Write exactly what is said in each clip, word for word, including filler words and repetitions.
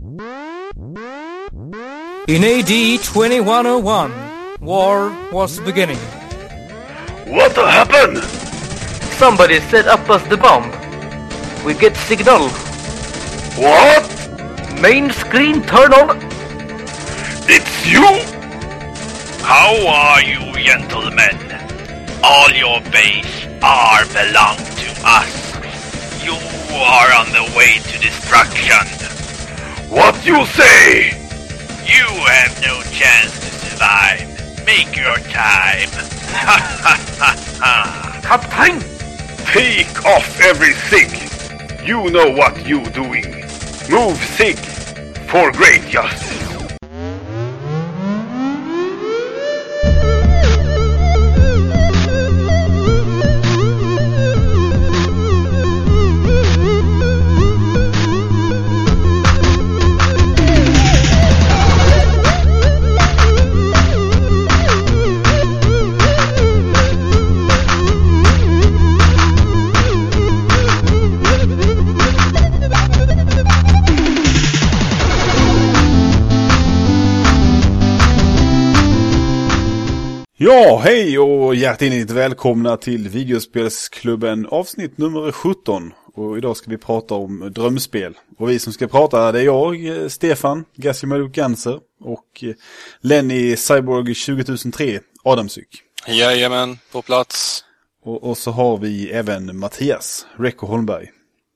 In A D twenty-one oh one, war was beginning. What happened? Somebody set up us the bomb. We get signal. What? Main screen turn on. It's you? How are you, gentlemen? All your base are belong to us. You are on the way to destruction. What you say? You have no chance to survive. Make your time. Ha ha ha ha. Captain! Take off every sig. You know what you doing. Move sig for great justice. Ja, hej och hjärtligt välkomna till Videospelsklubben avsnitt nummer sjutton. Och idag ska vi prata om drömspel. Och vi som ska prata det är jag, Stefan Gassimaduk Ganser och Lenny Cyborg tjugohundratre Adamsyk. Jajamän, på plats. Och, och så har vi även Mattias Rekko Holmberg.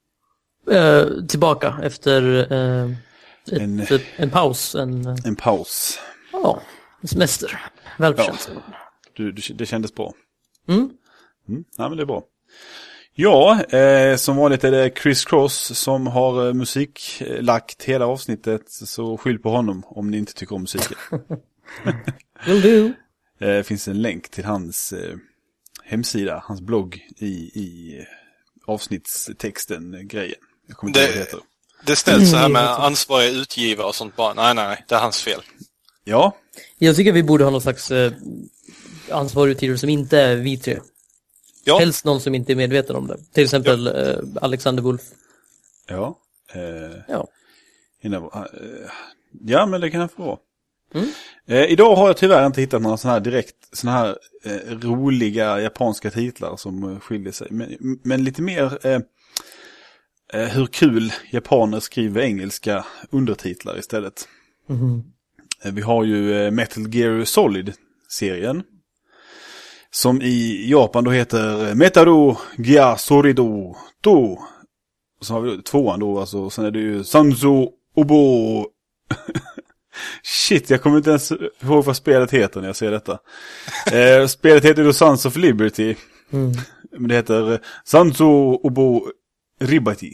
Uh, tillbaka efter uh, ett, en, ett, en paus. En, en paus. Ja, en semester. Välförtjänt. Ja, du, du, det kändes bra. Mm. Mm, ja, men det är bra. Ja, eh, som vanligt är det Chris Cross som har eh, musiklagt hela avsnittet. Så skyll på honom om ni inte tycker om musiken. Will do. Det eh, finns en länk till hans eh, hemsida, hans blogg i, i avsnittstexten, grejen. Jag kommer inte ihåg vad det heter. Det ställs så här med ansvariga utgivare och sånt bara. Nej, nej, det är hans fel. Ja. Jag tycker vi borde ha någon slags eh, ansvarig utgivare som inte är vi tre. Ja. Helst någon som inte är medveten om det. Till exempel ja. eh, Alexander Wolf. Ja. Eh, ja. Innan, eh, ja, men det kan jag få. Mm. Eh, idag har jag tyvärr inte hittat några sådana här direkt sådana här eh, roliga japanska titlar som eh, skiljer sig. Men, men lite mer eh, eh, hur kul japaner skriver engelska undertitlar istället. Mm. Vi har ju Metal Gear Solid-serien som i Japan då heter Metaru Gia Sorido To. Och så har vi tvåan då, alltså, sen är det ju Sanzo Obo. Shit, jag kommer inte ens ihåg vad spelet heter när jag ser detta. eh, spelet heter då Sons of Liberty. Mm. Men det heter Sanzo Obo Ribati.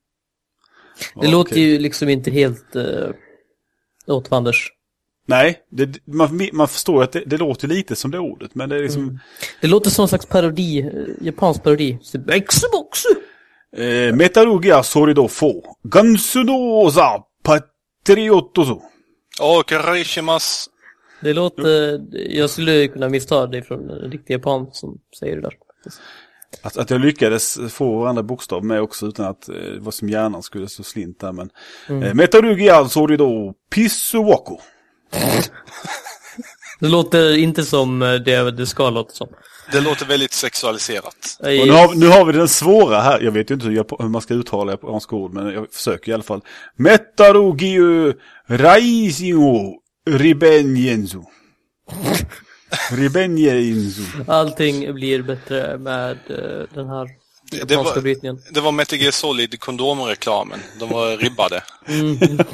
Det ja, låter okay. ju liksom inte helt uh, åtvanders. Nej, det, man, man förstår att det, det låter lite som det ordet, men det är liksom... Mm. Det låter som en slags parodi, eh, japansk parodi. Xbox! Eh, Metarugia Sorido Fo. Gansudoza Patriotoso. Åh, karishimas. Det låter... Mm. Jag skulle kunna missta det från en riktig japan som säger det där. Att, att jag lyckades få varandra bokstav med också utan att eh, vad som hjärnan skulle så slint där, men... Mm. Eh, Metarugia Sorido Pisuwako. Det låter inte som det, det ska låta som. Det låter väldigt sexualiserat. Och nu, har, nu har vi den svåra här. Jag vet ju inte hur, jag, hur man ska uttala japanska ord, men jag försöker i alla fall. Metarugiu Raisio Ribenjenzu. Ribenjenzu. Allting blir bättre med uh, den här det, det, var, det var Metal Gear Solid kondomreklamen. De var ribbade. Mm.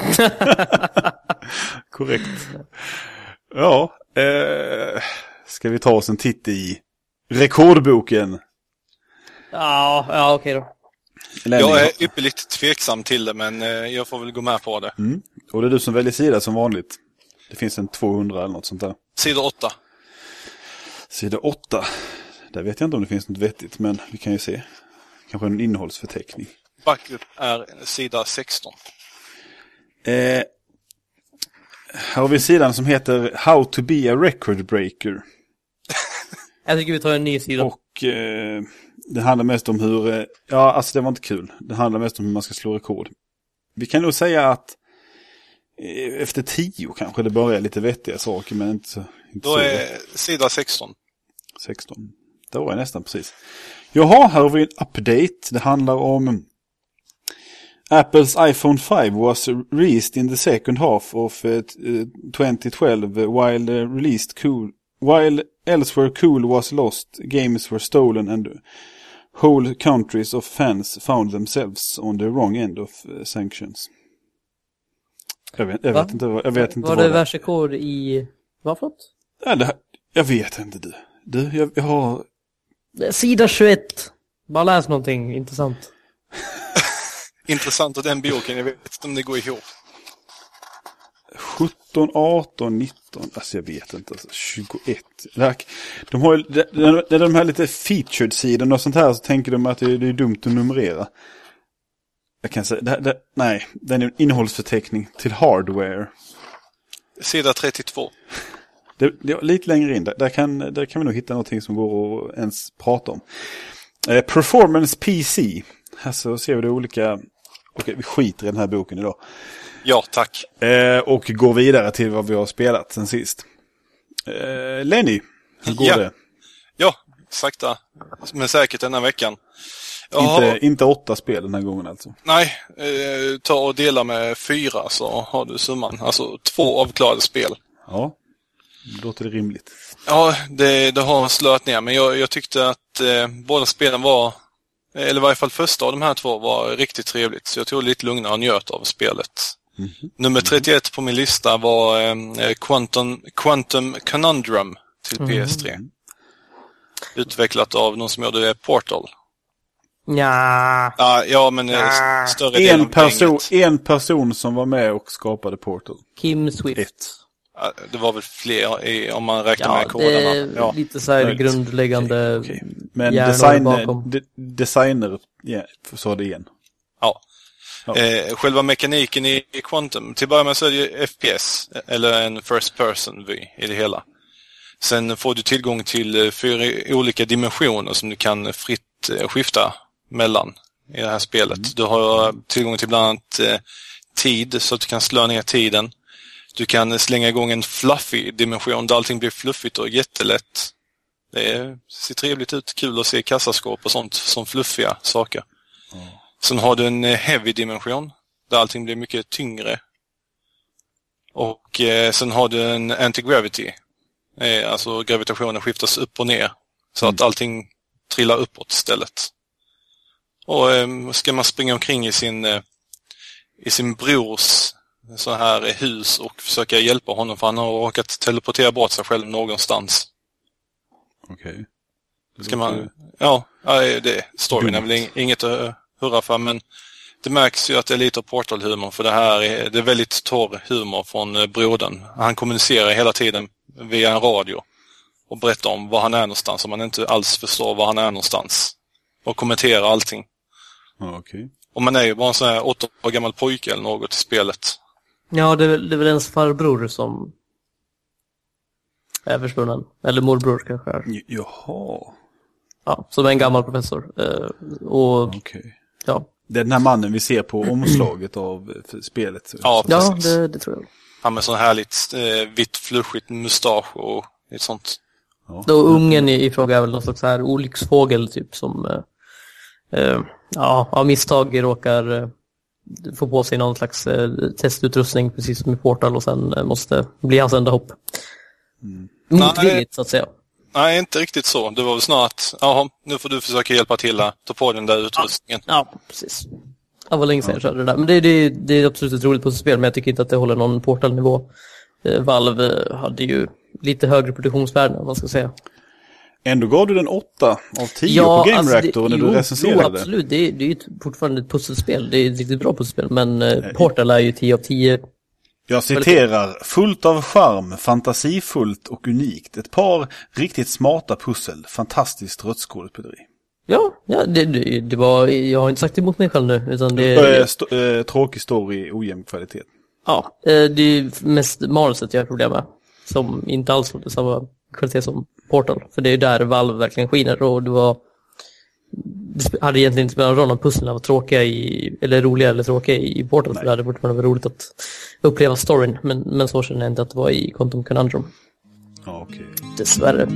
Korrekt. Ja, eh, ska vi ta oss en titt i rekordboken? Ja, ja okej okay då. Jag är ypperligt tveksam till det, men eh, jag får väl gå med på det. Mm. Och det är du som väljer sida som vanligt. Det finns en tvåhundra eller något sånt där. Sida åtta. Sida åtta. Där vet jag inte om det finns något vettigt, men vi kan ju se. Kanske en innehållsförteckning. Backup är sida sexton. Eh... Här har vi sidan som heter How to be a record breaker. Jag tycker vi tar en ny sida. Och eh, det handlar mest om hur... Eh, ja, alltså det var inte kul. Det handlar mest om hur man ska slå rekord. Vi kan nog säga att Efter tio kanske det börjar lite vettiga saker, men inte så. Inte Då så. är sida sexton. sexton. Det var jag nästan precis. Jaha, här har vi en update. Det handlar om Apples iPhone five was released in the second half of uh, twenty twelve while uh, released cool while elsewhere cool was lost, games were stolen and whole countries of fans found themselves on the wrong end of uh, sanctions. Jag vet, jag vet inte vad jag vet inte var vad det världsrekord i vad för något? Ja, det, jag vet inte du. Du jag, jag har sida tjugoett. Bara läs någonting intressant. Intressant att den boken, jag vet inte om det går ihop. sjutton, arton, nitton, alltså jag vet inte, alltså tjugoett. De har ju, det är de här lite featured-sidorna och sånt här, så tänker de att det är, det är dumt att numrera. Jag kan säga, det, det, nej, det är en innehållsförteckning till hardware. Sida trettiotvå. Det, det, lite längre in, där, där, kan, där kan vi nog hitta någonting som går att ens prata om. Eh, Performance P C. Här så ser vi det olika. Okej, vi skiter i den här boken idag. Ja, tack. Eh, och går vidare till vad vi har spelat sen sist. Eh, Lenny, hur går ja. det? Ja, sakta. Men säkert den här veckan. Inte, har... inte åtta spel den här gången alltså? Nej, eh, ta och dela med fyra så har du summan. Alltså två avklarade spel. Ja, det låter det rimligt. Ja, det, det har slöt ner. Men jag, jag tyckte att eh, båda spelen var, eller i varje fall första av de här två var riktigt trevligt. Så jag tog lite lugnare och njöt av spelet. Mm-hmm. Nummer trettioett på min lista var eh, Quantum, Quantum Conundrum till P S tre. Mm. Utvecklat av någon som gjorde Portal. Ja. Ah, ja, men ja. Större en, del person, en person som var med och skapade Portal. Kim Swift. Ett. Ah, det var väl fler i, om man räknar ja, med koderna. Det ja, lite så här grundläggande okay, okay. Men designer, de, designer yeah, sa det igen. Ja. ja. Eh, själva mekaniken i Quantum, till början med så är det ju F P S, eller en first person vy i det hela. Sen får du tillgång till fyra olika dimensioner som du kan fritt skifta mellan i det här spelet. Mm. Du har tillgång till bland annat eh, tid, så att du kan slå ner tiden. Du kan slänga igång en fluffy dimension där allting blir fluffigt och jättelätt. Det är, ser trevligt ut, kul att se kassaskåp och sånt som fluffiga saker. Mm. Sen har du en heavy dimension där allting blir mycket tyngre. Och eh, sen har du en anti-gravity. Eh, alltså gravitationen skiftas upp och ner så mm. att allting trillar uppåt istället. Och eh, ska man springa omkring i sin eh, i sin brors så här hus och försöka hjälpa honom, för han har råkat teleportera bort sig själv någonstans. Okej. Okay. Ska man ja, det storyn är väl inget att hurra för, men det märks ju att det är lite Portal-humor, för det här är, det är väldigt torr humor från brodern. Han kommunicerar hela tiden via en radio och berättar om var han är någonstans, om man inte alls förstår var han är någonstans, och kommenterar allting. Okej. Okay. Och man är ju bara en sån här åtta år gammal pojke eller något i spelet. Ja, det är, det är väl ens farbror som är försvunnen. Eller morbror kanske är. J- Jaha. Ja, som är en gammal professor. Uh, och Okej. Okay. Ja. Det är den här mannen vi ser på omslaget av spelet. Ja, ja det, det tror jag. Han med sån härligt eh, vitt flushigt mustasch och ett sånt. Ja. Då ungen i, i fråga är väl någon slags här olycksfågel typ som eh, eh, ja, av misstag råkar eh, få på sig någon slags eh, testutrustning precis som i Portal och sen eh, måste bli hans enda hopp. Mm. Motvilligt så att säga. Nej, inte riktigt så. Det var väl snart att, jaha, nu får du försöka hjälpa till att ta på den där utrustningen. Ja, ja precis. Det var länge sedan jag körde det där. Men det, det, det är absolut ett roligt pusselsspel, men jag tycker inte att det håller någon Portal-nivå. Eh, Valve hade ju lite högre produktionsvärden, om man ska säga. Ändå gav du den åtta av tio ja, på Game alltså Reactor när jo, du recenserade. Jo, absolut. Det är, det är ju fortfarande ett pusselspel. Det är ett riktigt bra pusselspel, men eh, Portal är ju tio av tio. Jag citerar, fullt av charm, fantasifullt och unikt. Ett par riktigt smarta pussel, fantastiskt rötskådespeleri. Ja, ja det, det, det var, jag har inte sagt emot mig själv nu. Utan det är st- äh, tråkig story, ojämn kvalitet. Ja, det är mest manuset jag har problem med. Som inte alls har samma kvalitet som Portal. För det är där Valve verkligen skiner. Och det var det hade egentligen inte spelat någon roll om pusslen var tråkiga i, eller roliga eller tråkiga i Portal. För det hade fortfarande varit roligt att uppleva storyn. Men, men så känner jag inte att det var i Quantum Conundrum. Ja, okej. Okay. Dessvärre.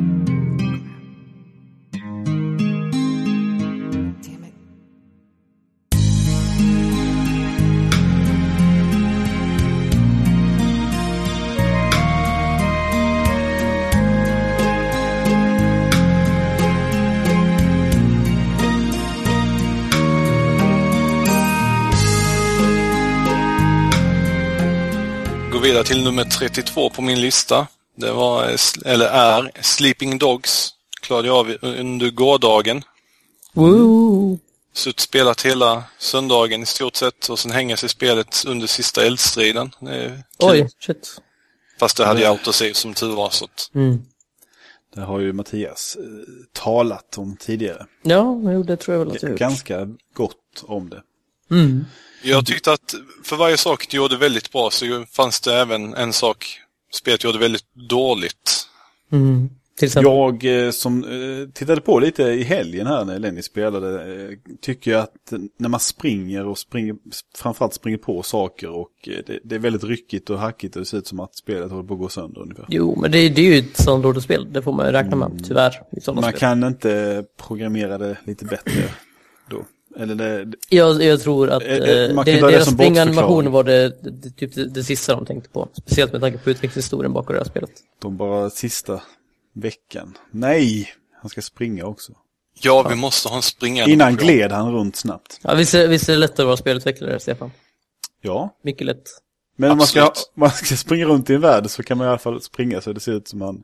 Vidare till nummer trettiotvå på min lista. Det var, eller är, Sleeping Dogs. Klarade jag av under gårdagen. Woo! Så spelat hela söndagen i stort sett. Och sen hänga sig spelet under sista eldstriden. Oj, shit. Fast det hade jag autosave som tur var. Så att... mm. Det har ju Mattias eh, talat om tidigare. Ja, det tror jag väl att jag gjort. Ganska gott om det. Mm. Jag tyckte att för varje sak det gjorde väldigt bra så fanns det även en sak spelet gjorde väldigt dåligt. Mm. Till exempel. Jag eh, som eh, tittade på lite i helgen här när Lenny spelade eh, tycker jag att när man springer och springer, framförallt springer på saker och eh, det, det är väldigt ryckigt och hackigt och det ser ut som att spelet håller på att gå sönder ungefär. Jo, men det, det är ju ett sandlådespel, det får man ju räkna med, Mm. tyvärr. I Man spel. kan inte programmera det lite bättre då. Eller det, det, Jag, jag tror att Eh, eh, man eh, kan ta det deras som springanimation var det, det, det, typ det, det sista de tänkte på. Speciellt med tanke på utvecklingshistorien bakom det här spelet. de bara sista veckan. Nej, han ska springa också. Ja, vi måste ha en springande. Innan gled han runt snabbt. Ja, visst, är, visst är det lätt att vara spelutvecklare, Stefan? Ja. Mycket lätt. Men om man ska, Absolut. man ska springa runt i en värld så kan man i alla fall springa så det ser ut som man...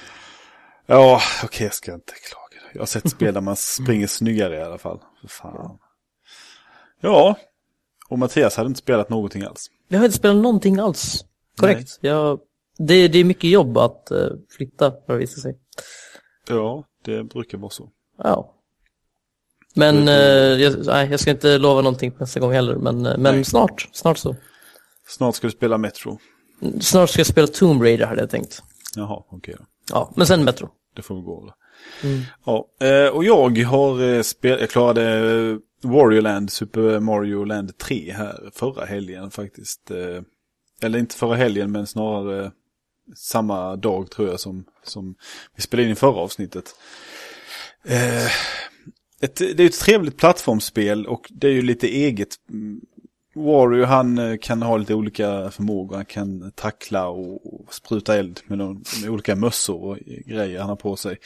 Ja, okej, okay, jag ska inte klaga. Jag har sett spel där man springer snyggare i alla fall. För fan. Ja, och Mattias hade inte spelat någonting alls. Jag har inte spelat någonting alls. Korrekt. Jag, det, det är mycket jobb att uh, flytta, för att visa sig. Ja, det brukar vara så. Ja. Men uh, jag, nej, jag ska inte lova någonting nästa gång heller. Men, uh, men snart, snart så. Snart ska du spela Metro. Snart ska jag spela Tomb Raider, hade jag tänkt. Jaha, okej okay då. Ja, men sen Metro. Det får vi gå. Mm. Ja, eh, och jag har eh, spelat, jag klarade eh, Wario Land, Super Mario Land tre här förra helgen faktiskt. Eh, eller inte förra helgen, men snarare eh, samma dag tror jag som, som vi spelade in i förra avsnittet. Eh, ett, det är ett trevligt plattformsspel och det är ju lite eget. Wario, han kan ha lite olika förmågor. Han kan tackla och spruta eld med, någon, med olika mössor och grejer han har på sig.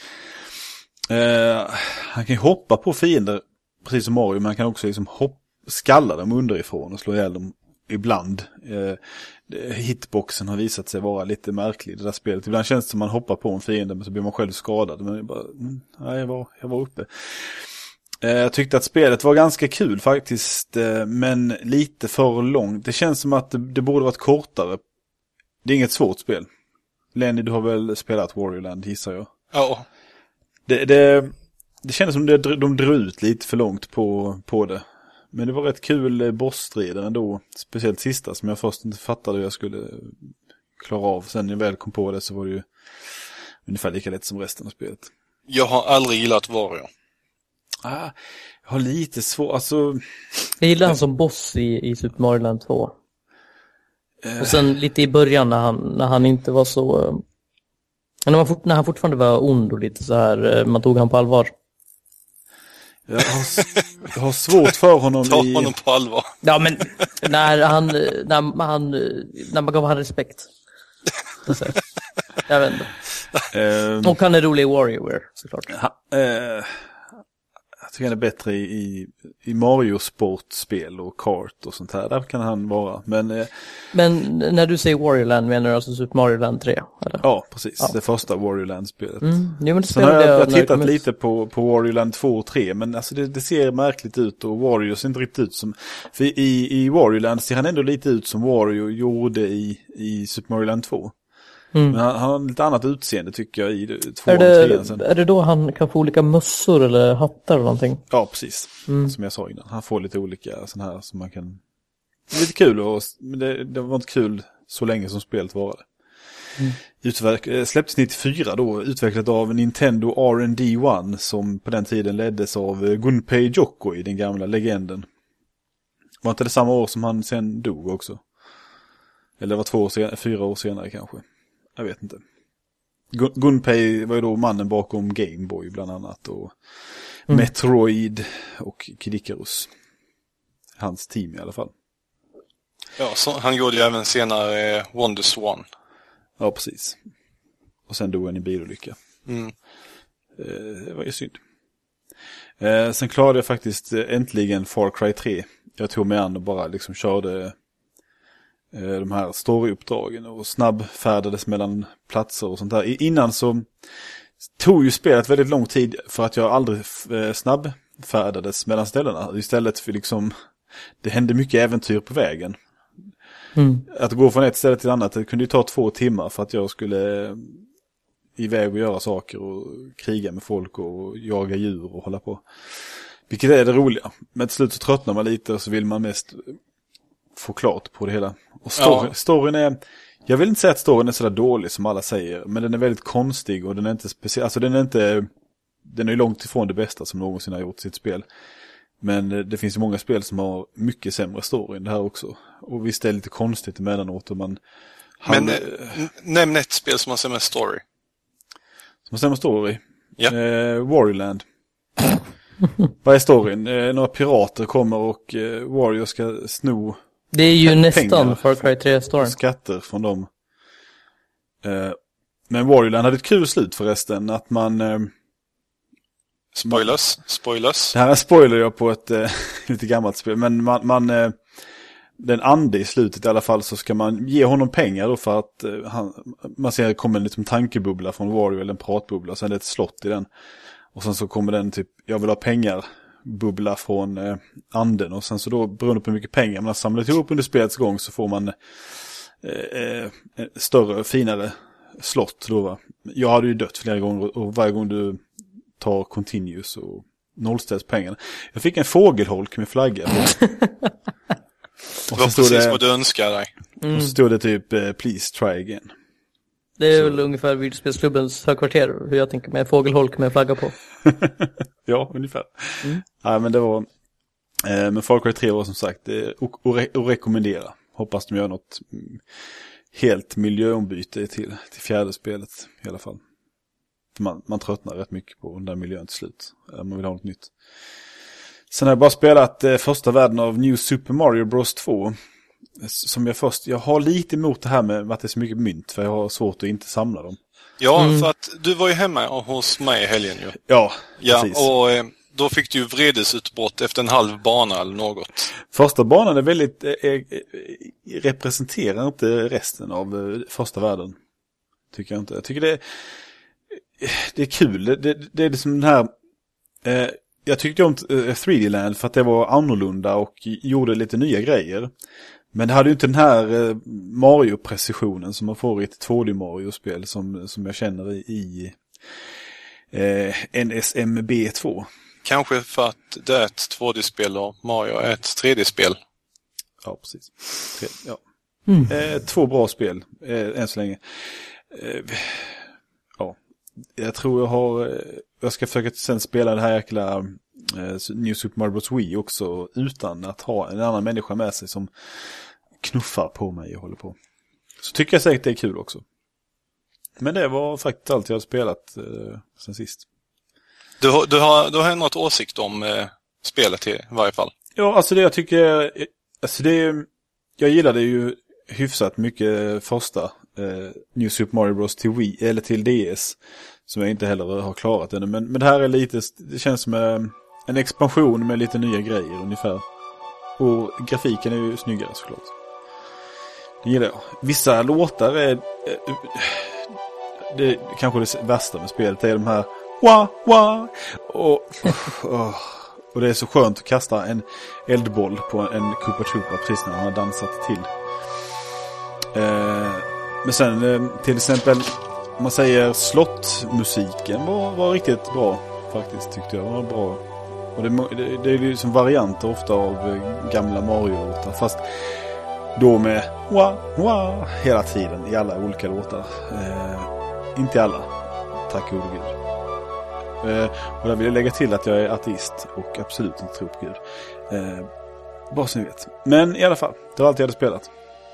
Eh, han kan hoppa på fiender precis som Mario, men han kan också liksom hopp, skalla dem underifrån och slå ihjäl dem ibland. Eh, hitboxen har visat sig vara lite märklig i det där spelet. Ibland känns det som man hoppar på en fiende men så blir man själv skadad. Men jag bara, mm, nej, jag var, jag var uppe. Jag tyckte att spelet var ganska kul faktiskt, men lite för långt. Det känns som att det, det borde varit kortare. Det är inget svårt spel. Lenny, du har väl spelat Wario Land, gissar jag? Ja. Det, det, det kändes som att de drog ut lite för långt på, på det. Men det var rätt kul bossstrider ändå. Speciellt sista som jag först inte fattade hur jag skulle klara av. Sen när jag väl kom på det så var det ju ungefär lika lätt som resten av spelet. Jag har aldrig gillat Wario. Ah, jag har lite svårt, alltså... Jag gillar han som boss i, i Super Mario Land två. Och sen lite i början när han, när han inte var så... Uh, när, man fort, när han fortfarande var ond och lite så här, uh, man tog han på allvar. Jag har, jag har svårt för honom Ta i... honom på allvar. Ja, men när han, när han, när man gav han respekt. Så, jag vet inte. Um, och han är rolig i WarioWare, såklart. Ha, uh, jag tycker han är bättre i, i, i Mario-sportspel och kart och sånt här. Där kan han vara. Men, uh, men när du säger Wario Land menar du alltså Super Mario Land tre? Eller? Ja, precis. Ja. Det första Wario Land-spelet. Mm. Jo, men det Sen har jag, jag, jag tittat kommer... lite på, på Wario Land två och tre, men alltså det, det ser märkligt ut och Wario ser inte riktigt ut som... För i, i Wario Land ser han ändå lite ut som Wario gjorde i, i Super Mario Land två. Mm. Men han, han har lite annat utseende tycker jag i två och trean sen. Är det då han kan få olika mössor eller hattar eller någonting? Ja, precis. Mm. Som jag sa innan. Han får lite olika sådana här som man kan... Det är lite kul, och, men det, det var inte kul så länge som spelet varade. Mm. Utverk- släpptes nittiofyra då, utvecklat av Nintendo R and D ett som på den tiden leddes av Gunpei Yokoi, den gamla legenden. Var inte det samma år som han sen dog också? Eller var två år sen- fyra år senare kanske? Jag vet inte. Gun- Gunpei var ju då mannen bakom Game Boy bland annat och mm. Metroid och Kid Icarus. Hans team i alla fall. Ja, så han gjorde ju även senare eh, Wonder Swan. Ja, precis. Och sen dog han i bilolycka. Mm. Eh, det var ju synd. Eh, sen klarade jag faktiskt eh, äntligen Far Cry tre. Jag tog mig an och bara liksom körde eh, de här storyuppdragen och snabbfärdades mellan platser och sånt där. I, innan så tog ju spelet väldigt lång tid för att jag aldrig eh, snabbfärdades mellan ställena. Istället för liksom, det hände mycket äventyr på vägen. Mm. Att gå från ett ställe till annat, det kunde ju ta två timmar för att jag skulle iväg och göra saker och kriga med folk och jaga djur och hålla på. Vilket är det roliga. Men till slut så tröttnar man lite och så vill man mest få klart på det hela. Och story, ja. storyn är, jag vill inte säga att storyn är så där dålig som alla säger, men den är väldigt konstig och den är inte speciell, alltså den är inte, den är långt ifrån det bästa som någonsin har gjort sitt spel. Men det finns ju många spel som har mycket sämre story än det här också. Och visst är det lite konstigt emellanåt. Och man, Men han, äh, nämn ett spel som har sämre story. Som har sämre story? Ja. Eh, Warriorland. Vad är storyn? Eh, några pirater kommer och eh, Warrior ska sno Det är ju nästan pengar, Far Cry tre-storyn. Skatter från dem. Eh, men Warriorland hade ett kul slut förresten. Att man... Eh, Spoilers, spoilers. Det här spoiler jag på ett eh, lite gammalt spel. Men man, man eh, den ande i slutet i alla fall så ska man ge honom pengar då för att eh, han, man ser det kommer en liksom tankebubbla från Wario eller en pratbubbla. Sen är det ett slott i den. Och sen så kommer den typ, jag vill ha pengar bubbla från eh, anden. Och sen så då beroende på hur mycket pengar man har samlat ihop under spelets gång så får man eh, eh, större, finare slott då va. Jag hade ju dött flera gånger och varje gång du tar continuous och nollställs pengarna. Jag fick en fågelholk med flagga på. Det var precis det, vad du önskar dig. Mm. Och så stod det typ uh, please try again. Det är så. Väl ungefär videospelsklubbens högkvarter hur jag tänker med fågelholk med flagga på. Ja, ungefär. Mm. Ja, men det var eh, men Far Cry tre var som sagt eh, och, och, re- och rekommendera. Hoppas de gör något mm, helt miljöombyte till, till fjärde spelet i alla fall. Man, man tröttnar rätt mycket på den där miljön till slut. Man vill ha något nytt. Sen har jag bara spelat eh, första världen av New Super Mario Bros två. Som jag först, jag har lite emot det här med att det är så mycket mynt. För jag har svårt att inte samla dem. Ja, mm. för att du var ju hemma hos mig i helgen ju. Ja, ja precis. Och eh, då fick du ju vredesutbrott efter en halv bana eller något. Första banan är väldigt, eh, eh, representerar inte resten av eh, första världen. Tycker jag inte. Jag tycker det är Det är kul. Det, det, det är liksom den här... Eh, jag tyckte om eh, tre D-land för att det var annorlunda och gjorde lite nya grejer. Men det hade ju inte den här eh, Mario-precisionen som man får i ett två D-Mario-spel som, som jag känner i, i eh, N S M B två. Kanske för att det är ett två D-spel och Mario är ett tre D-spel. Ja, precis. Tre, ja. Mm. Eh, två bra spel, eh, än så länge. Eh, ja. Jag tror jag har... Jag ska försöka sen spela det här jäkla eh, New Super Mario Bros. Wii också utan att ha en annan människa med sig som knuffar på mig och håller på. Så tycker jag säkert det är kul också. Men det var faktiskt allt jag har spelat eh, sen sist. Du har, du har, du har ändrat åsikt om eh, spelet i varje fall. Ja, alltså det jag tycker... Alltså det, jag gillade ju hyfsat mycket första eh, New Super Mario Bros. Till Wii, eller till D S. Som jag inte heller har klarat ännu. Men, men det här är lite... Det känns som en, en expansion med lite nya grejer ungefär. Och grafiken är ju snyggare såklart. Det gillar jag. Vissa låtar är... Eh, det kanske det värsta med spelet är de här... Wah, wah, och, och, och det är så skönt att kasta en eldboll på en Koopa Troopa precis när han har dansat till. Eh, men sen eh, till exempel om man säger slottmusiken var, var riktigt bra faktiskt tyckte jag. Var bra. Och det, det, det är ju som varianter ofta av gamla Mario-låtar fast då med wah, wah, hela tiden i alla olika låtar. Eh, inte i alla, tack gode Gud. Eh, och där vill jag lägga till att jag är ateist och absolut inte tror på Gud. Eh, bara så ni vet. Men i alla fall, det var allt jag hade spelat.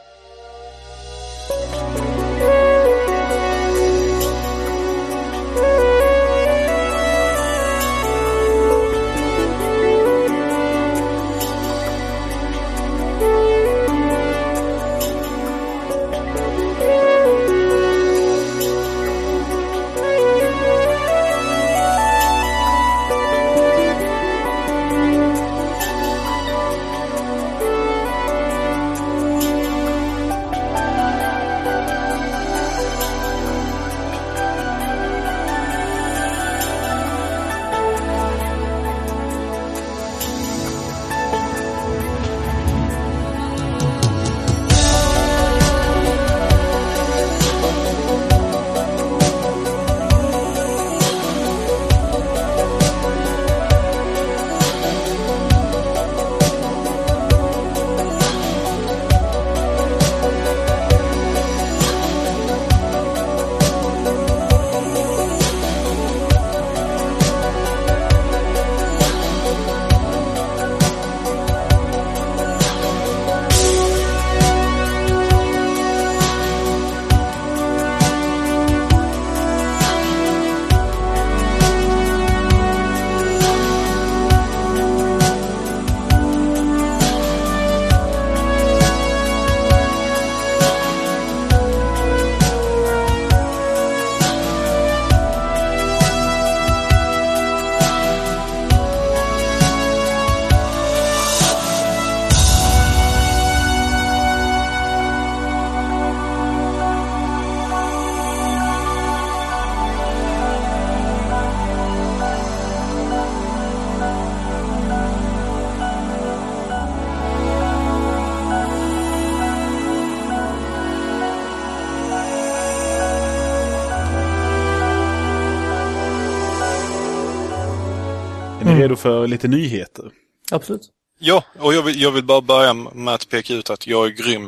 Är ni redo för lite nyheter? Absolut. Ja, och jag vill, jag vill bara börja med att peka ut att jag är grym.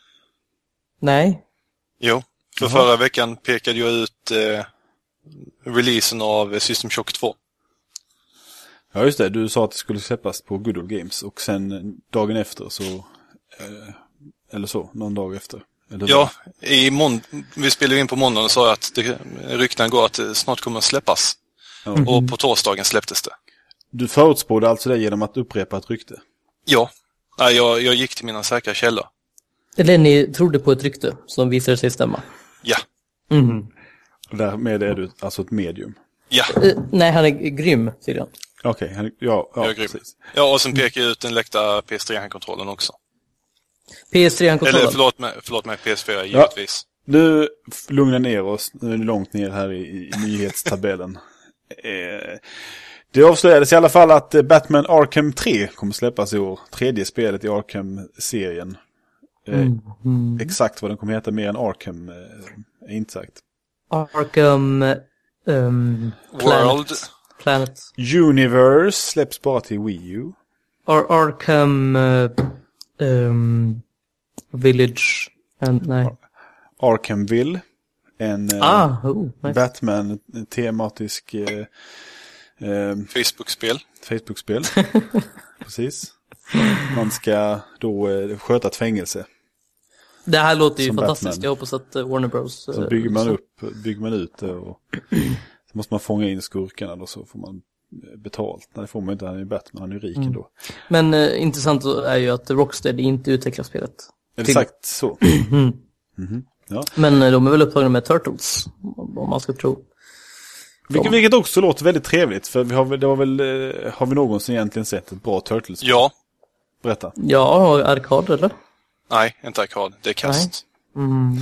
Nej. Jo, för Jaha. förra veckan pekade jag ut eh, releasen av System Shock två. Ja just det, du sa att det skulle släppas på Good Old Games och sen dagen efter så, eh, eller så, någon dag efter. Eller Ja, i månd- vi spelade in på måndagen och sa att det, rykten går att det snart kommer att släppas. Ja. Och på torsdagen släpptes det. Du förutspådde alltså det genom att upprepa ett rykte? Ja, Nej, jag, jag gick till mina säkra källor. Eller ni trodde på ett rykte som visade sig stämma. Ja, Mhm. Därmed är du alltså ett medium. ja, Eh, nej, han är grym, säger han. Okej, okay, ja, ja jag är grym. precis. Ja, och sen pekade jag ut den läckta P S tre-kontrollen också. P S tre-kontrollen. Eller förlåt mig, förlåt mig P S fyra givetvis. Nu lugna ner oss, nu är det långt ner här i, i nyhetstabellen. eh, det avslöjades i alla fall att Batman Arkham tre kommer släppas i år. Tredje spelet i Arkham-serien. Eh, Mm. Mm. Exakt vad den kommer heta mer än Arkham eh, är inte sagt. Arkham um, Planet. World. Planet. Universe släpps bara till Wii U. Ar- Arkham uh, um, Village. And, nej. Arkhamville. En eh, Ah, oh, nice. Batman-tematisk eh, eh, Facebook-spel. Facebook-spel. Precis. Man ska då eh, sköta ett fängelse. Det här låter ju Som fantastiskt. Batman. Jag hoppas att uh, Warner Bros. Så uh, bygger man så- upp, bygger man ut det och så måste man fånga in skurkarna då, så får man betalt. Nej, det får man inte, han är ju Batman, han är ju rik Mm. då. Men uh, intressant är ju att Rocksteady inte utvecklar spelet. Exakt så. Mhm. Ja. Men uh, de är väl upptagna med Turtles, om om man ska tro. Vilket, vilket också låter väldigt trevligt, för vi har, väl- det var väl, eh, har vi någonsin egentligen sett ett bra Turtles? Ja. Berätta. Ja, arkad eller? Nej, inte arkad. Det är kast. Mm.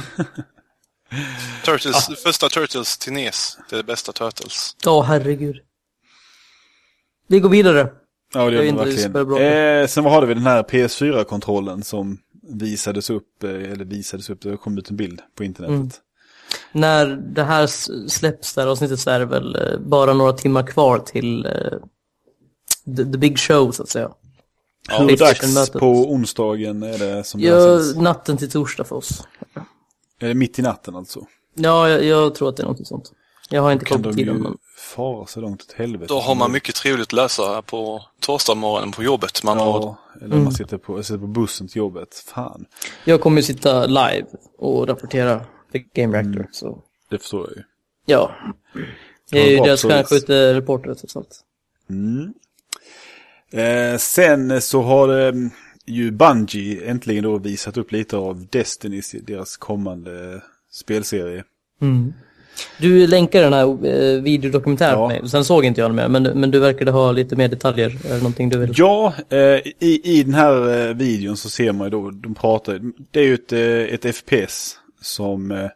Turtles, första Turtles till N E S. Det är det bästa Turtles. Ja, herregud. Vi går vidare. Ja, det Jag gör är vi inte verkligen. superbra. Eh, sen vad hade vi den här P S fyra-kontrollen som visades upp, eh, eller visades upp, det kom ut en bild på internetet. Mm. När det här s- släpps där avsnittet så är det väl eh, bara några timmar kvar till eh, the, the big show så att säga. Ja, hur dags på onsdagen är det som ja, det sänds? Natten till torsdag för oss. Är det mitt i natten alltså? Ja, jag, jag tror att det är något sånt. Jag har inte koll på tiden. tiden. Kan de men... fara så långt åt helvete? Då har man mycket trevligt att läsa på torsdag morgonen på jobbet. Man ja, har... eller mm. man sitter på, sitter på bussen till jobbet. Fan. Jag kommer ju sitta live och rapportera för Game Reactor. Mm. Så. Det förstår jag ju. Ja. Det är ju deras stjärnskyttereporter och sånt. Mm. Eh, sen så har eh, ju Bungie äntligen då visat upp lite av Destinys, deras kommande spelserie. Mm. Du länkar den här eh, videodokumentären ja. med mig. Sen såg inte jag den mer, men, men du verkade ha lite mer detaljer. Är det någonting du vill? Ja, eh, i, i den här eh, videon så ser man ju då, de pratar, det är ju ett, eh, ett F P S som... Eh,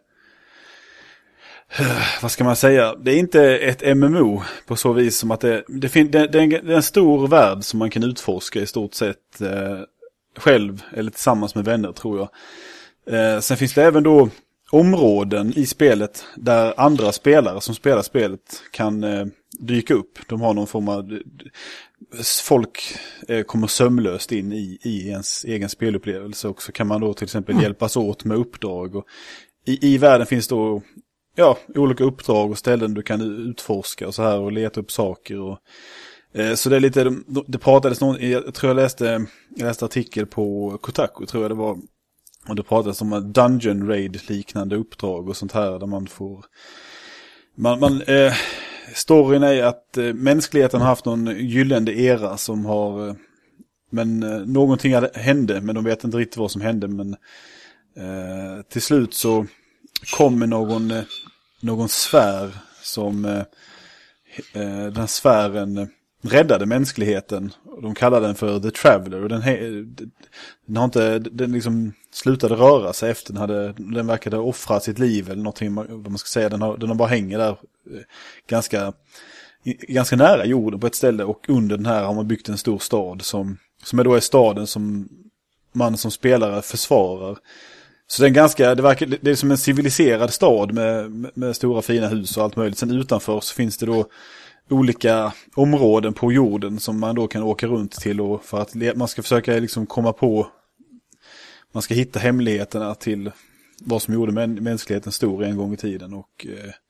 vad ska man säga? Det är inte ett M M O på så vis som att det, det, fin- det, det, är, en, det är en stor värld som man kan utforska i stort sett eh, själv eller tillsammans med vänner tror jag. Eh, sen finns det även då områden i spelet där andra spelare som spelar spelet kan eh, dyka upp. De har någon form av... Folk eh, kommer sömlöst in i, i ens egen spelupplevelse och så kan man då till exempel mm. hjälpas åt med uppdrag. Och i, i världen finns då ja, olika uppdrag och ställen du kan utforska och så här och leta upp saker. Och, eh, så det är lite... Det pratades någon... Jag tror jag läste, jag läste artikel på Kotaku tror jag det var. Och det pratades om en dungeon raid liknande uppdrag och sånt här där man får... Man, man, eh, storyn är att eh, mänskligheten har haft någon gyllene era som har... Eh, men eh, någonting hände, men de vet inte riktigt vad som hände. Men eh, till slut så kommer någon, eh, någon sfär som... Eh, eh, den sfären... räddade mänskligheten. De kallade den för The Traveler. Och den, he- den har inte, den liksom slutade röra sig efter den hade, den verkade ha offrat sitt liv eller någonting, vad man ska säga. Den har, den har bara hänger där ganska, ganska nära jorden på ett ställe, och under den här har man byggt en stor stad som, som är då är staden som man som spelare försvarar. Så det är ganska, det verkar, det är som en civiliserad stad med, med, med stora fina hus och allt möjligt. Sen utanför så finns det då olika områden på jorden som man då kan åka runt till, och för att man ska försöka liksom komma på, man ska hitta hemligheterna till vad som gjorde mä- mänskligheten stor en gång i tiden. Och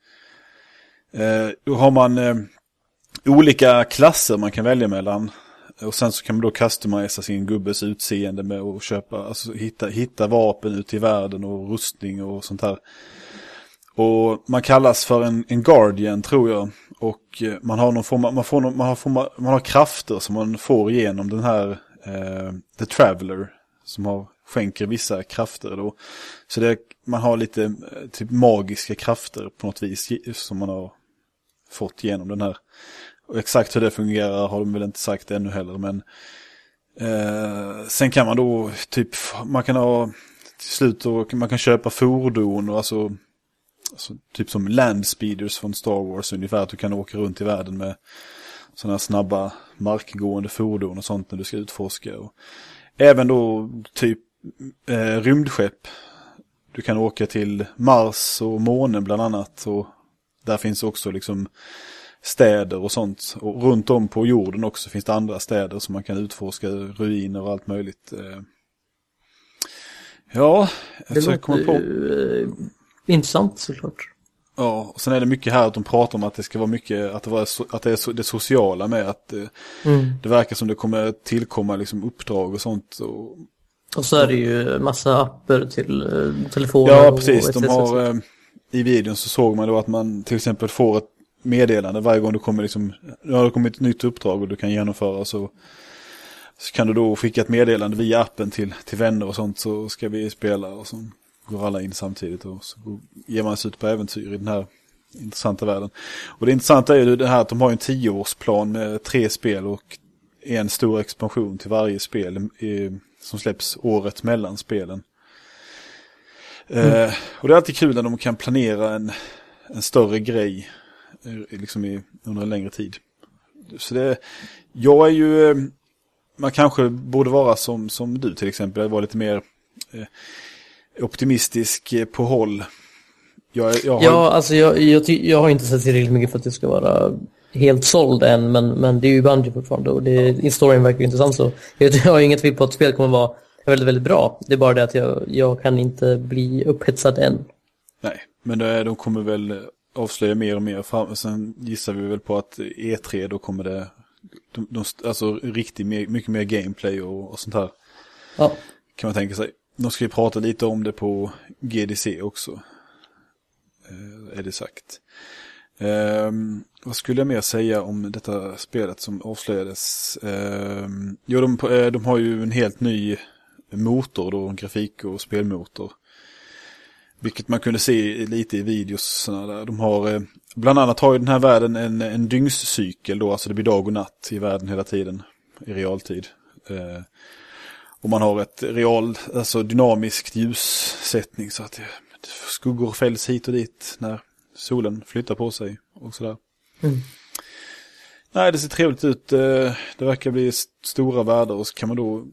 eh, då har man eh, olika klasser man kan välja mellan, och sen så kan man då customisa sin gubbes utseende med att köpa, alltså hitta, hitta vapen ute i världen och rustning och sånt här. Och man kallas för en, en guardian tror jag. Och man har någon form, man får någon, man har form, man har krafter som man får igenom den här eh, The Traveler som har skänker vissa krafter då. Så det, man har lite typ magiska krafter på något vis som man har fått genom den här. Och exakt hur det fungerar har de väl inte sagt ännu heller, men eh, sen kan man då typ man kan ha till slut då, man kan köpa fordon och alltså Alltså, typ som landspeeders från Star Wars ungefär, att du kan åka runt i världen med sådana snabba markgående fordon och sånt när du ska utforska. Och även då typ eh, rymdskepp. Du kan åka till Mars och månen bland annat, och där finns också liksom städer och sånt. Och runt om på jorden också finns det andra städer som man kan utforska, ruiner och allt möjligt. Eh, ja, jag försöker komma på... Uh... Intressant såklart. Ja, och sen är det mycket här att de pratar om att det ska vara mycket, att det, var, att det är så, det sociala med att mm. det verkar som det kommer tillkomma liksom uppdrag och sånt. Och, och så är det ju massa appar till eh, telefoner. Ja, precis. Och de har, eh, i videon så såg man då att man till exempel får ett meddelande varje gång det kommer liksom, nu har det kommit ett nytt uppdrag och du kan genomföra, så, så kan du då skicka ett meddelande via appen till, till vänner och sånt, så ska vi spela och så går alla in samtidigt och så ger man sig ut på äventyr i den här intressanta världen. Och det intressanta är ju det här att de har en tioårsplan med tre spel och en stor expansion till varje spel i, som släpps året mellan spelen. Mm. Eh, och det är alltid kul när de kan planera en, en större grej eh, liksom i, under en längre tid. Så det, jag är ju, man kanske borde vara som, som du till exempel, jag var lite mer eh, optimistisk på håll. Jag, jag har... Ja, alltså jag, jag, jag har inte sett tillräckligt mycket för att det ska vara helt såld än, men, men det är ju Bungie fortfarande och det, historien verkar intressant, så jag, jag har inget tvivel på att spelet kommer vara väldigt, väldigt bra. Det är bara det att jag, jag kan inte bli upphetsad än. Nej, men det, de kommer väl avslöja mer och mer fram. Sen gissar vi väl på att E tre då kommer det de, de, alltså riktigt mer, mycket mer gameplay och, och sånt här. Ja. Kan man tänka sig. De ska ju prata lite om det på G D C också. Eh, är det sagt. Eh, vad skulle jag mer säga om detta spelet som avslöjades? Eh, jo, de, de har ju en helt ny motor då, grafik- och spelmotor. Vilket man kunde se lite i videos. Där. De har, bland annat har ju den här världen en, en dygnscykel då, alltså det blir dag och natt i världen hela tiden, i realtid. Eh, och man har ett real, alltså dynamiskt ljussättning så att det, skuggor fälls hit och dit när solen flyttar på sig och sådär. Mm. Nej, det ser trevligt ut. Det verkar bli stora världar och så kan man då,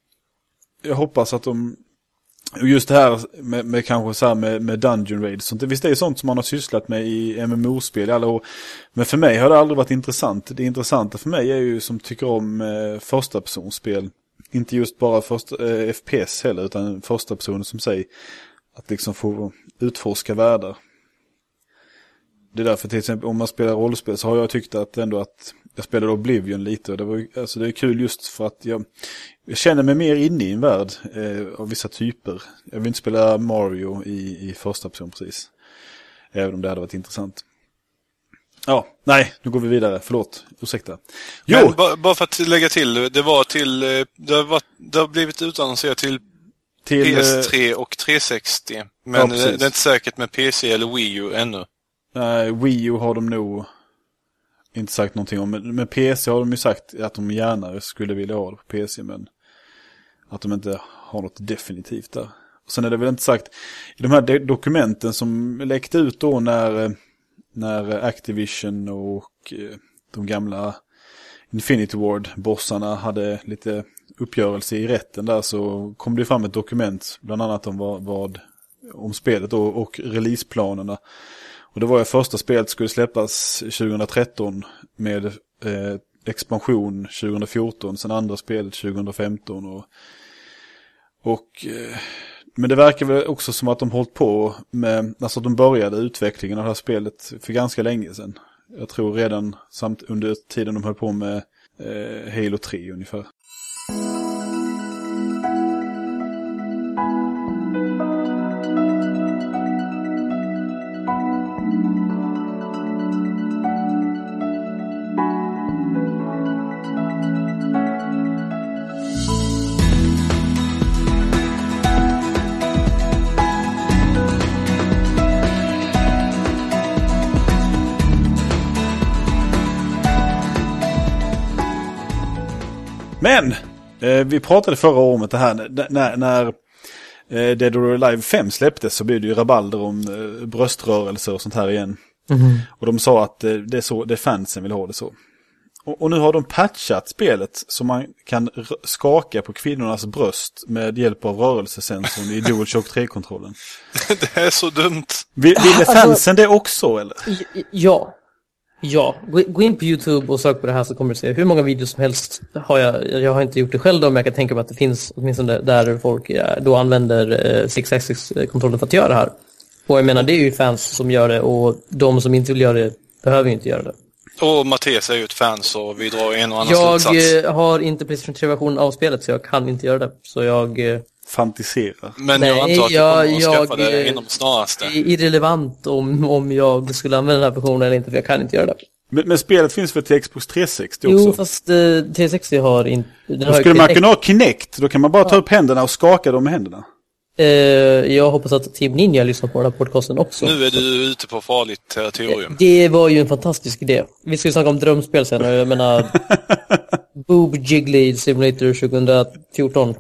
jag hoppas att de, just det här med, med kanske så här med, med Dungeon Raids, sånt, visst det är sånt som man har sysslat med i M M O-spel i alla år. Men för mig har det aldrig varit intressant. Det intressanta för mig är ju som tycker om eh, första personspel. Inte just bara första, eh, F P S heller, utan första person som säger att liksom få utforska världar. Det är därför till exempel om man spelar rollspel så har jag tyckt att ändå att jag spelade Oblivion lite och det var alltså det är kul just för att jag, jag känner mig mer inne i en värld eh, av vissa typer. Jag vill inte spela Mario i, i första person precis. Även om det hade varit intressant. Ja, nej, nu går vi vidare. Förlåt, ursäkta. Jo! Men bara, bara för att lägga till, det var till det har, varit, det har blivit utannonserat till, till P S tre och trehundrasextio. Men ja, det är inte säkert med P C eller Wii U ännu. Nej, Wii U har de nog inte sagt någonting om. Men med P C har de ju sagt att de gärna skulle vilja ha det på P C, men att de inte har något definitivt där. Och sen är det väl inte sagt i de här dokumenten som läckte ut då när, när Activision och de gamla Infinity Ward-bossarna hade lite uppgörelse i rätten där, så kom det fram ett dokument bland annat om vad, vad om spelet då, och releaseplanerna. Och det var ju första spelet skulle släppas tjugohundratretton med eh, expansion tjugohundrafjorton, sen andra spelet tjugohundrafemton och, och eh, men det verkar väl också som att de hållit på med, alltså de började utvecklingen av det här spelet för ganska länge sedan. Jag tror redan samt under tiden de höll på med eh, Halo tre ungefär. Men eh, vi pratade förra året om det här när, när, när eh, Dead or Alive fem släpptes så blev det ju rabalder om eh, bröströrelser och sånt här igen. Mm. Och de sa att eh, det är så det fansen vill ha det så. Och, och nu har de patchat spelet så man kan r- skaka på kvinnornas bröst med hjälp av rörelsesensorn i DualShock tre-kontrollen. Det är så dumt. Vill, ville fansen alltså, det också eller? Ja. Ja, gå in på YouTube och sök på det här så kommer du se hur många videos som helst har jag, jag har inte gjort det själv då, men jag kan tänka mig att det finns åtminstone där folk då använder six-axis-kontrollen för att göra det här. Och jag menar, det är ju fans som gör det och de som inte vill göra det behöver ju inte göra det. Och Mattias är ju ett fan så vi drar en och annan jag slutsats. Jag har inte PlayStation tre-version av spelet så jag kan inte göra det. Så jag... fantisera. Men nej, jag antar att jag, du kommer att skaffa det inom snaraste. Det är irrelevant om, om jag skulle använda den här versionen eller inte, för jag kan inte göra det. Men, men spelet finns för till Xbox tre sextio också? Jo, fast uh, tre sextio har inte... Då skulle man kunna ha Kinect, då kan man bara ta upp händerna och skaka dem med händerna. Uh, jag hoppas att Team Ninja lyssnar på den här podcasten också. Nu är du ute på farligt territorium. Det var ju en fantastisk idé. Vi ska ju snacka om drömspel sen, jag menar... Boob Jiggly Simulator tjugohundrafjorton.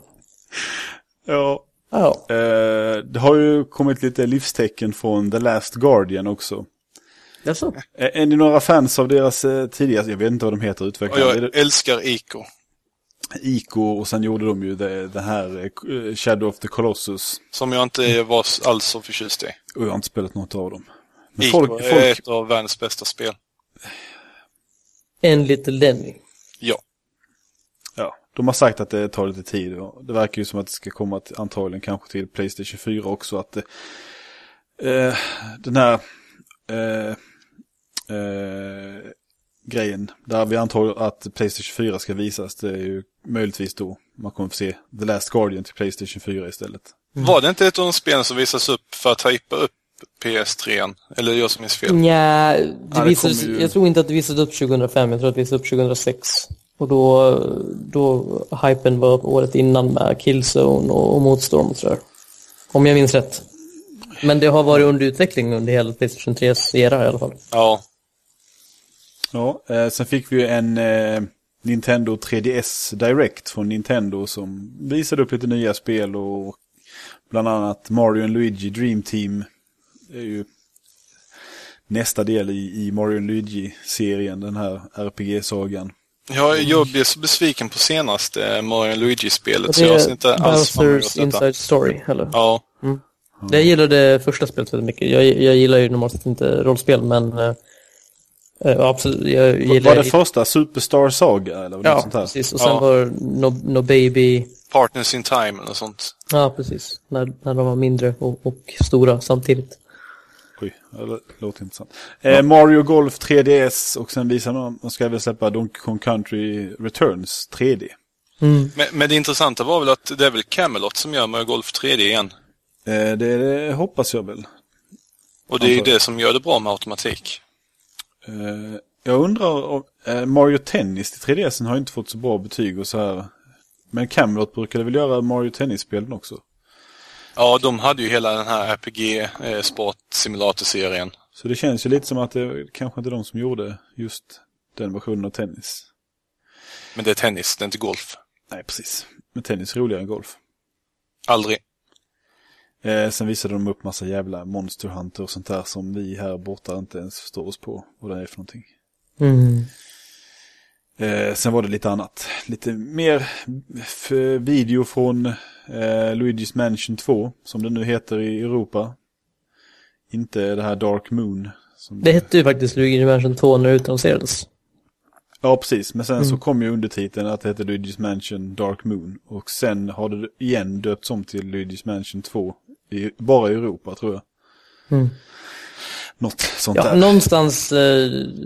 Ja. Oh. Eh, det har ju kommit lite livstecken från The Last Guardian också. Jaså? Är, är ni några fans av deras eh, tidigare, jag vet inte vad de heter, utvecklare? Och jag älskar Ico. Ico, och sen gjorde de ju det, det här eh, Shadow of the Colossus. Som jag inte var alls så förtjust i. Och jag har inte spelat något av dem. Men Ico folk, är folk... ett av världens bästa spel. En Little Lenny. Ja. Ja, de har sagt att det tar lite tid. Och det verkar ju som att det ska komma till, antagligen kanske till PlayStation fyra också. Att eh, den här eh, eh, grejen där vi antar att PlayStation fyra ska visas, det är ju möjligtvis då man kommer få se The Last Guardian till PlayStation fyra istället. Mm. Var det inte ett av de spelen som visas upp för att hypa upp P S tre? Eller jag som minns fel? Nja, det Ja, visades, ju... jag tror inte att det visades upp tjugohundrafem, jag tror att det visades upp tjugohundrasex. Och då, då hypen var året innan med Killzone och, och Motorstorm och sådär. Om jag minns rätt. Men det har varit under utveckling under hela PlayStation tre:s era i alla fall. Ja. Ja, eh, sen fick vi ju en eh, Nintendo tre D S Direct från Nintendo som visade upp lite nya spel och bland annat Mario and Luigi Dream Team. Det är ju nästa del i, i Mario and Luigi-serien, den här R P G-sagan. Ja, jag blev så besviken på senaste Mario and Luigi-spelet så jag ser inte alls fram emot Bowser's Inside Story, eller? Ja. Mm. Jag gillade första spelet väldigt mycket. Jag, jag gillar ju normalt inte rollspel, men äh, absolut, jag gillar... Var det första Superstar Saga? Eller ja, något sånt här? Precis. Och sen Ja. var no, no Baby... Partners in Time eller sånt. Ja, precis. När, när de var mindre och, och stora samtidigt. Oj, det låter intressant. Ja. Eh, Mario Golf tre D S och sen visar de, de ska väl släppa Donkey Kong Country Returns tre D. Mm. Men, men det intressanta var väl att det är väl Camelot som gör Mario Golf tre D igen. Eh, det, det hoppas jag väl. Och det är ju det som gör det bra med automatik. Eh, jag undrar om eh, Mario Tennis till tre D S har inte fått så bra betyg och så här. Men Camelot brukade väl göra Mario Tennis-spelen också. Ja, de hade ju hela den här R P G-sport-simulator-serien. Så det känns ju lite som att det kanske inte är de som gjorde just den versionen av tennis. Men det är tennis, det är inte golf. Nej, precis. Men tennis är roligare än golf. Aldrig. Eh, sen visade de upp massa jävla Monster Hunter och sånt där som vi här borta inte ens förstår oss på vad det är för någonting. Mm. Eh, sen var det lite annat. Lite mer f- video från eh, Luigi's Mansion två, som det nu heter i Europa. Inte det här Dark Moon. Som Det hette ju faktiskt Luigi's Mansion två när det utannonserades. Ja, precis. Men sen Mm. så kom ju undertiteln att det heter Luigi's Mansion Dark Moon. Och sen har det igen döpts om till Luigi's Mansion två. I, bara i Europa, tror jag. Mm. Något sånt Ja, där. någonstans eh,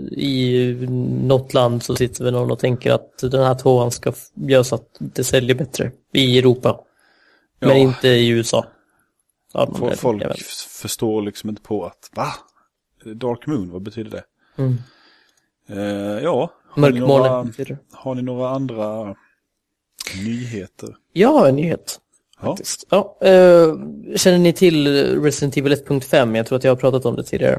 i något land så sitter vi någon och tänker att den här tvåan ska f- göra så att det säljer bättre i Europa. Men Ja. inte i U S A. Ja, men F- det- Folk jag vet. f- förstår liksom inte på att, va? Dark Moon, vad betyder det? Mm. Eh, ja, har ni, Mörkmåne några, betyder det. har ni några andra nyheter? Ja, en nyhet. Ja. Faktiskt. Ja, eh, känner ni till Resident Evil ett punkt fem? Jag tror att jag har pratat om det tidigare.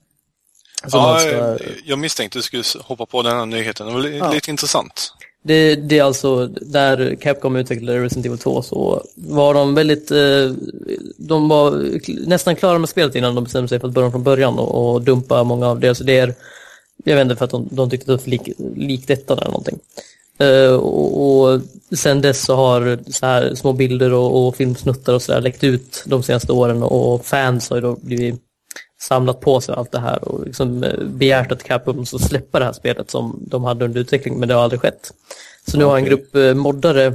Som Ja, alltså, jag misstänkte att du skulle hoppa på den här nyheten. Det var li- Ja. lite intressant. det, det är alltså där Capcom utvecklade Resident Evil två så var de väldigt eh, de var nästan klara med spelet innan de bestämde sig för att börja från början och, och dumpa många av deras idéer. Jag vet inte, för att de, de tyckte att det var lik, lik detta eller någonting. Uh, och, och sen dess så har så här små bilder och, och filmsnuttar och så där läckt ut de senaste åren, och fans har ju då blivit samlat på sig allt det här och liksom uh, begärt att Capcom så släppa det här spelet som de hade under utveckling, men det har aldrig skett. Så nu har en grupp uh, moddare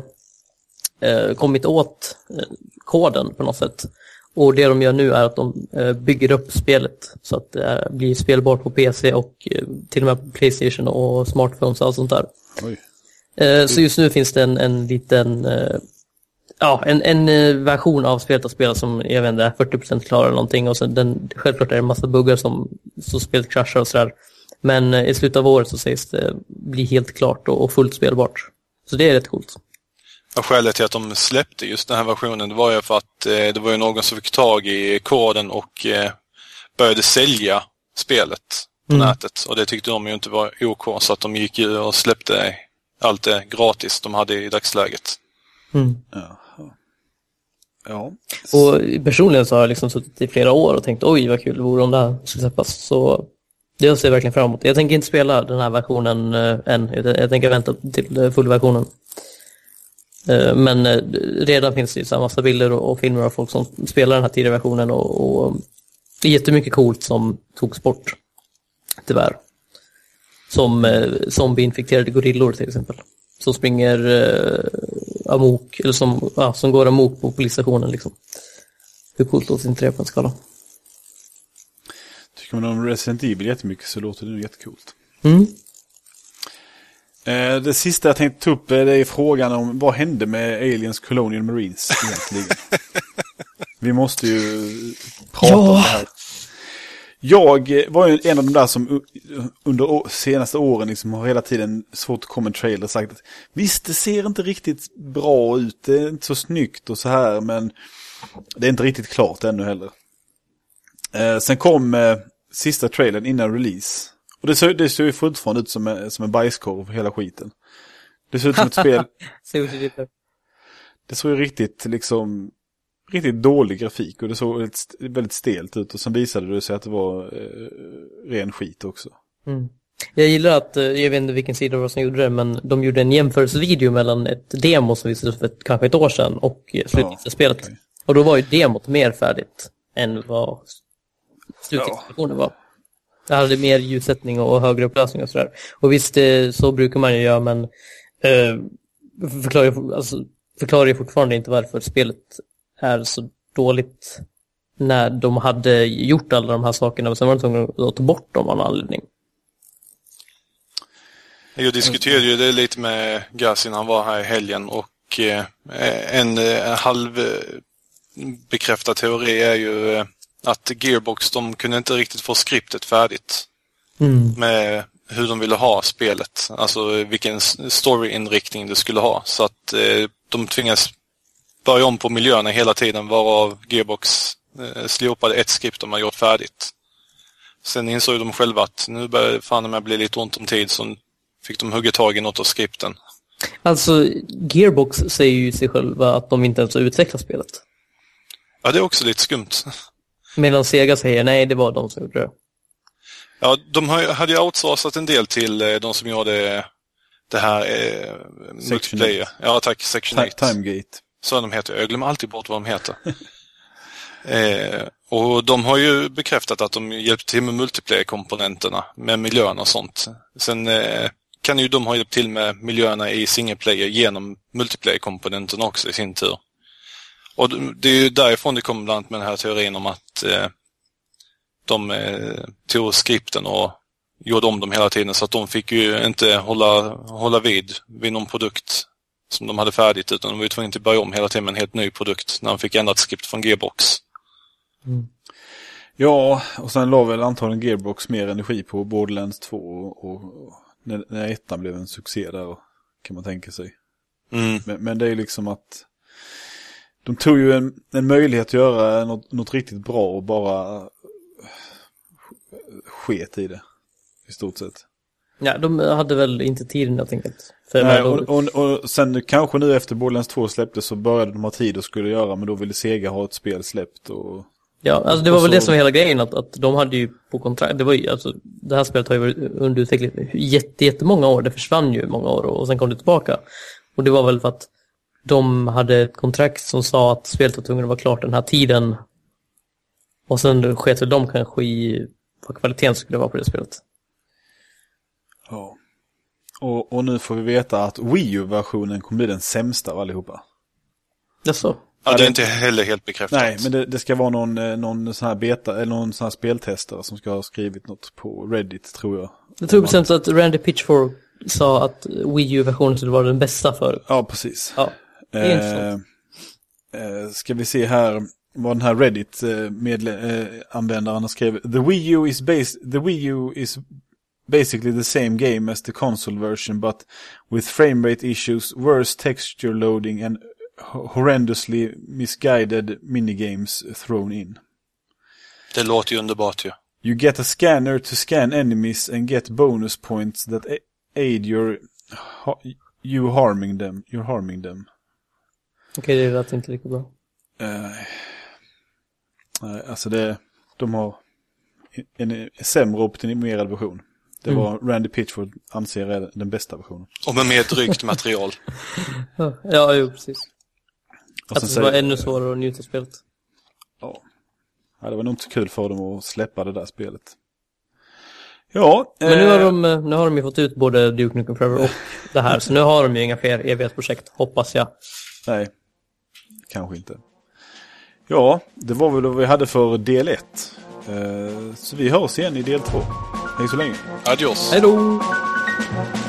uh, kommit åt uh, koden på något sätt. Och det de gör nu är att de uh, bygger upp spelet så att det uh, blir spelbart på P C och uh, till och med på PlayStation och smartphones och allt sånt där. Oj. Så just nu finns det en, en liten ja, en, en version av spelet att spela som jag vet inte är fyrtio procent klar eller någonting, och sen den, självklart är det en massa buggar som så spelet kraschar och sådär, men i slutet av året så sägs det bli helt klart och, och fullt spelbart, så det är rätt coolt. Och skälet till att de släppte just den här versionen, det var ju för att eh, det var ju någon som fick tag i koden och eh, började sälja spelet på Mm. nätet, och det tyckte de ju inte var OK, så att de gick ju och släppte allt det gratis de hade i dagsläget. Mm. Ja. Ja. Och personligen så har jag liksom suttit i flera år och tänkt oj vad kul det vore om det här skulle släppas, så det ser jag verkligen fram emot. Jag tänker inte spela den här versionen äh, än, jag, jag tänker vänta till äh, fullversionen. Äh, men äh, redan finns det ju så här massa bilder och, och filmer av folk som spelar den här tidigare versionen, och, och det är jättemycket coolt som togs bort, tyvärr. Som eh, zombie-infekterade gorillor till exempel. Som springer eh, amok, eller som, ja, som går amok på polisstationen liksom. Hur coolt låter inte det på en skala? Tycker man om Resident Evil jättemycket så låter det jättecoolt. Mm. Eh, det sista jag tänkte ta upp är, det är frågan om vad hände med Aliens Colonial Marines egentligen. Vi måste ju prata ja. om det här. Jag var ju en av de där som under senaste åren liksom har hela tiden svårt att komma en trailer och sagt att visst, det ser inte riktigt bra ut, det är inte så snyggt och så här, men det är inte riktigt klart ännu heller. Eh, sen kom eh, sista trailern innan release. Och det ser, det ser ju fortfarande ut som en, som en bajskorv, hela skiten. Det ser ut som ett spel. Det såg ju riktigt liksom riktigt dålig grafik och det såg väldigt, väldigt stelt ut och sen visade det sig att det var eh, ren skit också. Mm. Jag gillar att, jag vet inte vilken sida det var som gjorde det, men de gjorde en jämförelsevideo mellan ett demo som visades för ett, kanske ett år sedan och slutspelet. Ja, okay. Och då var ju demot mer färdigt än vad slutexpeditionen var. Det hade mer ljussättning och högre upplösning och sådär. Och visst, så brukar man ju göra, men eh, förklarar, alltså, förklarar ju fortfarande inte varför spelet är så dåligt när de hade gjort alla de här sakerna och sen var de tvungna att ta bort dem av en anledning. Jag diskuterade ju det lite med Gas innan han var här i helgen och eh, en, en halv bekräftad teori är ju eh, att Gearbox, de kunde inte riktigt få skriptet färdigt mm. med hur de ville ha spelet, alltså vilken storyinriktning det skulle ha, så att eh, de tvingas börja om på miljöerna hela tiden, varav Gearbox eh, slopade ett skript de har gjort färdigt. Sen insåg de själva att nu börjar fan med bli lite ont om tid, så fick de hugga tag i något av skripten. Alltså, Gearbox säger ju sig själva att de inte ens har utvecklat spelet. Ja, det är också lite skumt. Medan Sega säger nej, det var de som gjorde det. Ja, de hade ju outsourcat en del till de som gjorde det här eh, multiplayer. Ja, tack, Section åtta. Timegate. Så de heter. Jag glömmer alltid bort vad de heter. eh, och de har ju bekräftat att de hjälpt till med multiplayer-komponenterna, med miljöerna och sånt. Sen eh, kan ju de ha hjälpt till med miljöerna i singleplayer genom multiplayer-komponenterna också i sin tur. Och det är ju därifrån det kommer bland annat med den här teorin om att eh, de eh, tog skripten och gjorde om dem hela tiden, så att de fick ju inte hålla, hålla vid vid någon produkt som de hade färdigt, utan de var ju tvungna att börja om hela tiden med en helt ny produkt när de fick ändrat skript från Gearbox. Mm. Ja, och sen la väl antagligen Gearbox mer energi på Borderlands två och, och när, när ettan blev en succé där, kan man tänka sig. Mm. Men, men det är liksom att de tog ju en, en möjlighet att göra något, något riktigt bra och bara sket i det i stort sett. Ja, de hade väl inte tiden helt enkelt. För Nej, och, och, och sen kanske nu efter Borderlands två släpptes så började de ha tid och skulle göra, men då ville Sega ha ett spel släppt och... Ja, alltså det var väl så... det som var hela grejen, att, att de hade ju på kontrakt, det var ju, alltså det här spelet har ju varit underutvecklat jätte, jättemånga år, det försvann ju många år och sen kom det tillbaka. Och det var väl för att de hade ett kontrakt som sa att spelet var tvungen att vara klart den här tiden. Och sen sket väl de kanske i vad kvaliteten skulle vara på det spelet. Ja. Och, och nu får vi veta att Wii U-versionen kommer bli den sämsta av allihopa. Det är så? Ja, det är inte heller helt bekräftat. Nej, men det, det ska vara någon, någon sån här beta, eller någon sån här speltestare som ska ha skrivit något på Reddit, tror jag. Jag tror bestämt att Randy Pitchford sa att Wii U-versionen skulle vara den bästa för. Ja, precis. Ja, det är eh, eh, Ska vi se här vad den här Reddit medle- eh, användaren har skrivit. The Wii U is based, the Wii U is basically the same game as the console version, but with frame rate issues, worse texture loading and horrendously misguided minigames thrown in. Det låter ju underbart ju. You get a scanner to scan enemies and get bonus points that aid your you harming them. You're harming them. Okej, okay, det låter inte lika bra. Uh, alltså det, de har en, en sämre optimerad version. Det var mm. Randy Pitchford anser är den bästa versionen. Och med mer drygt material. Ja, jo, precis. Och att det säger, var ännu svårare att njuta spelet. Ja. Ja, det var nog inte så kul för dem att släppa det där spelet. Ja. Men nu har, de, nu har de ju fått ut både Duke Nukem Forever och det här. Så nu har de ju inga fler evighetsprojekt, hoppas jag. Nej, kanske inte. Ja, det var väl vad vi hade för del ett. Så vi hörs igen i del två. Hej så länge. Adios. Hej då!